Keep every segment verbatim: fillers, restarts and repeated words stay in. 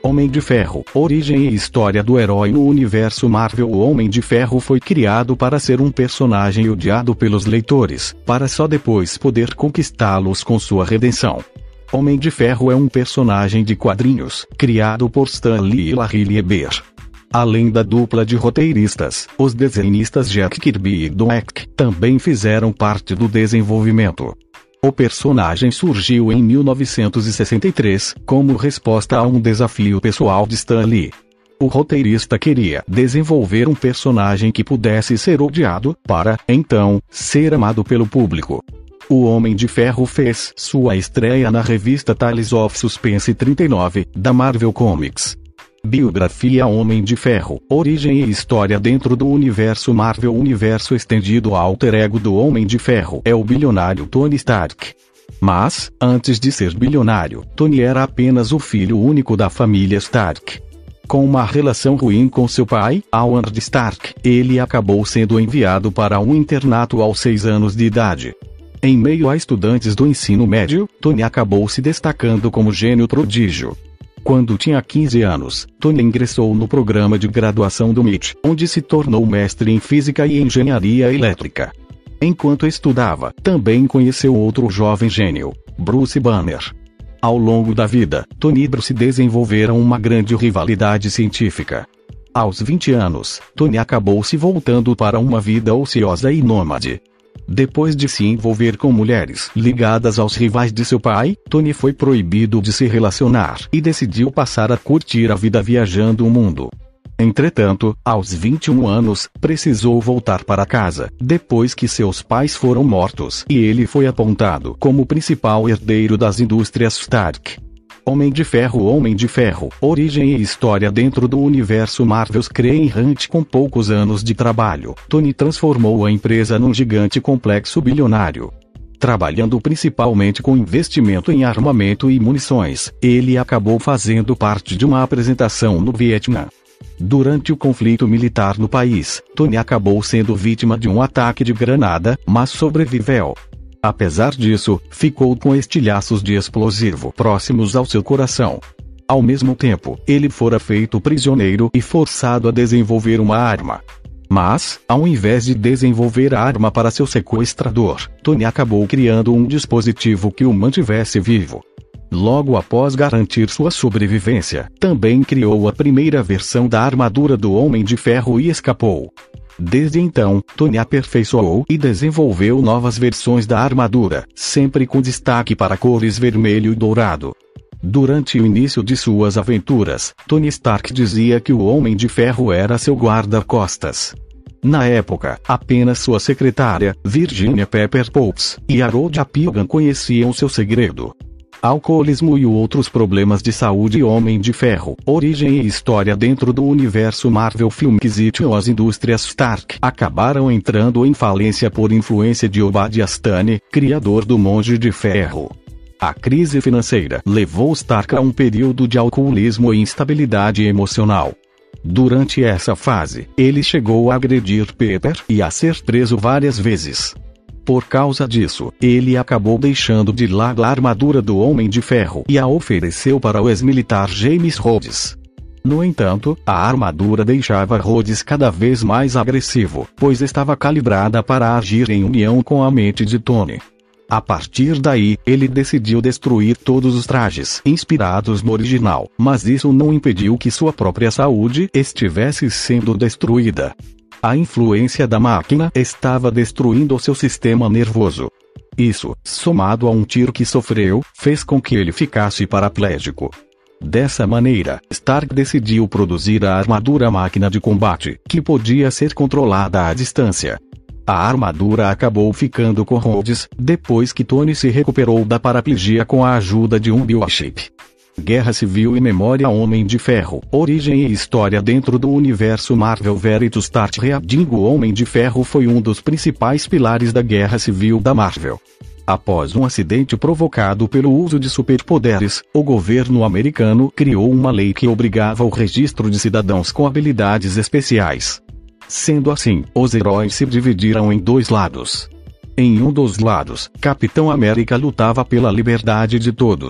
Homem de Ferro, origem e história do herói no universo Marvel. O Homem de Ferro foi criado para ser um personagem odiado pelos leitores, para só depois poder conquistá-los com sua redenção. Homem de Ferro é um personagem de quadrinhos, criado por Stan Lee e Larry Lieber. Além da dupla de roteiristas, os desenhistas Jack Kirby e Don Eck também fizeram parte do desenvolvimento. O personagem surgiu em mil novecentos e sessenta e três, como resposta a um desafio pessoal de Stan Lee. O roteirista queria desenvolver um personagem que pudesse ser odiado, para, então, ser amado pelo público. O Homem de Ferro fez sua estreia na revista Tales of Suspense trinta e nove, da Marvel Comics. Biografia: Homem de Ferro, origem e história dentro do universo Marvel. O universo estendido alter ego do Homem de Ferro é o bilionário Tony Stark. Mas, antes de ser bilionário, Tony era apenas o filho único da família Stark. Com uma relação ruim com seu pai, Howard Stark, ele acabou sendo enviado para um internato aos seis anos de idade. Em meio a estudantes do ensino médio, Tony acabou se destacando como gênio prodígio. Quando tinha quinze anos, Tony ingressou no programa de graduação do M I T, onde se tornou mestre em física e engenharia elétrica. Enquanto estudava, também conheceu outro jovem gênio, Bruce Banner. Ao longo da vida, Tony e Bruce desenvolveram uma grande rivalidade científica. Aos vinte anos, Tony acabou se voltando para uma vida ociosa e nômade. Depois de se envolver com mulheres ligadas aos rivais de seu pai, Tony foi proibido de se relacionar e decidiu passar a curtir a vida viajando o mundo. Entretanto, aos vinte e um anos, precisou voltar para casa, depois que seus pais foram mortos e ele foi apontado como o principal herdeiro das indústrias Stark. Homem de Ferro. Homem de Ferro, origem e história dentro do universo Marvel. Crane Hunt. Com poucos anos de trabalho, Tony transformou a empresa num gigante complexo bilionário. Trabalhando principalmente com investimento em armamento e munições, ele acabou fazendo parte de uma apresentação no Vietnã. Durante o conflito militar no país, Tony acabou sendo vítima de um ataque de granada, mas sobreviveu. Apesar disso, ficou com estilhaços de explosivo próximos ao seu coração. Ao mesmo tempo, ele fora feito prisioneiro e forçado a desenvolver uma arma. Mas, ao invés de desenvolver a arma para seu sequestrador, Tony acabou criando um dispositivo que o mantivesse vivo. Logo após garantir sua sobrevivência, também criou a primeira versão da armadura do Homem de Ferro e escapou. Desde então, Tony aperfeiçoou e desenvolveu novas versões da armadura, sempre com destaque para cores vermelho e dourado. Durante o início de suas aventuras, Tony Stark dizia que o Homem de Ferro era seu guarda-costas. Na época, apenas sua secretária, Virginia Pepper Potts, e a Rhoda Pilgrim conheciam seu segredo. Alcoolismo e outros problemas de saúde. Homem de Ferro, origem e história dentro do universo Marvel. Filmes e as indústrias Stark acabaram entrando em falência por influência de Obadiah Stane, criador do Monge de Ferro. A crise financeira levou Stark a um período de alcoolismo e instabilidade emocional. Durante essa fase, ele chegou a agredir Pepper e a ser preso várias vezes. Por causa disso, ele acabou deixando de lado a armadura do Homem de Ferro e a ofereceu para o ex-militar James Rhodes. No entanto, a armadura deixava Rhodes cada vez mais agressivo, pois estava calibrada para agir em união com a mente de Tony. A partir daí, ele decidiu destruir todos os trajes inspirados no original, mas isso não impediu que sua própria saúde estivesse sendo destruída. A influência da máquina estava destruindo seu sistema nervoso. Isso, somado a um tiro que sofreu, fez com que ele ficasse paraplégico. Dessa maneira, Stark decidiu produzir a armadura máquina de combate, que podia ser controlada à distância. A armadura acabou ficando com Rhodes, depois que Tony se recuperou da paraplegia com a ajuda de um biochip. Guerra Civil e Memória. Homem de Ferro, origem e história dentro do universo Marvel. Veritas Start Reading. O Homem de Ferro foi um dos principais pilares da Guerra Civil da Marvel. Após um acidente provocado pelo uso de superpoderes, o governo americano criou uma lei que obrigava o registro de cidadãos com habilidades especiais. Sendo assim, os heróis se dividiram em dois lados. Em um dos lados, Capitão América lutava pela liberdade de todos.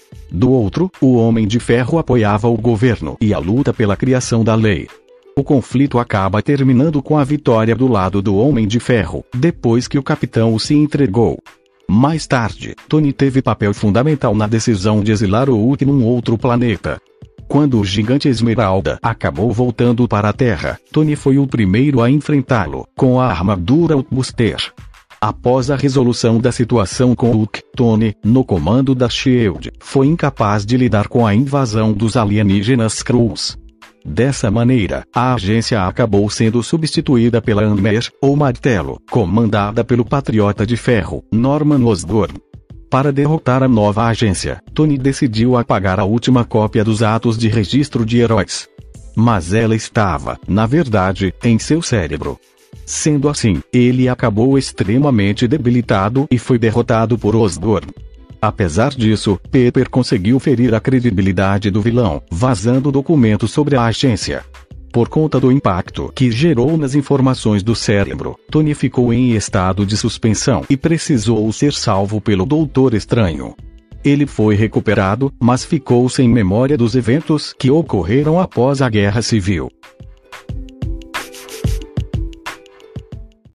Do outro, o Homem de Ferro apoiava o governo e a luta pela criação da lei. O conflito acaba terminando com a vitória do lado do Homem de Ferro, depois que o Capitão se entregou. Mais tarde, Tony teve papel fundamental na decisão de exilar o Hulk num outro planeta. Quando o gigante Esmeralda acabou voltando para a Terra, Tony foi o primeiro a enfrentá-lo, com a armadura Hulkbuster. Após a resolução da situação com Hulk, Tony, no comando da SHIELD, foi incapaz de lidar com a invasão dos alienígenas Skrulls. Dessa maneira, a agência acabou sendo substituída pela Hammer, ou Martelo, comandada pelo Patriota de Ferro, Norman Osborn. Para derrotar a nova agência, Tony decidiu apagar a última cópia dos atos de registro de heróis. Mas ela estava, na verdade, em seu cérebro. Sendo assim, ele acabou extremamente debilitado e foi derrotado por Osborn. Apesar disso, Pepper conseguiu ferir a credibilidade do vilão, vazando documentos sobre a agência. Por conta do impacto que gerou nas informações do cérebro, Tony ficou em estado de suspensão e precisou ser salvo pelo Doutor Estranho. Ele foi recuperado, mas ficou sem memória dos eventos que ocorreram após a Guerra Civil.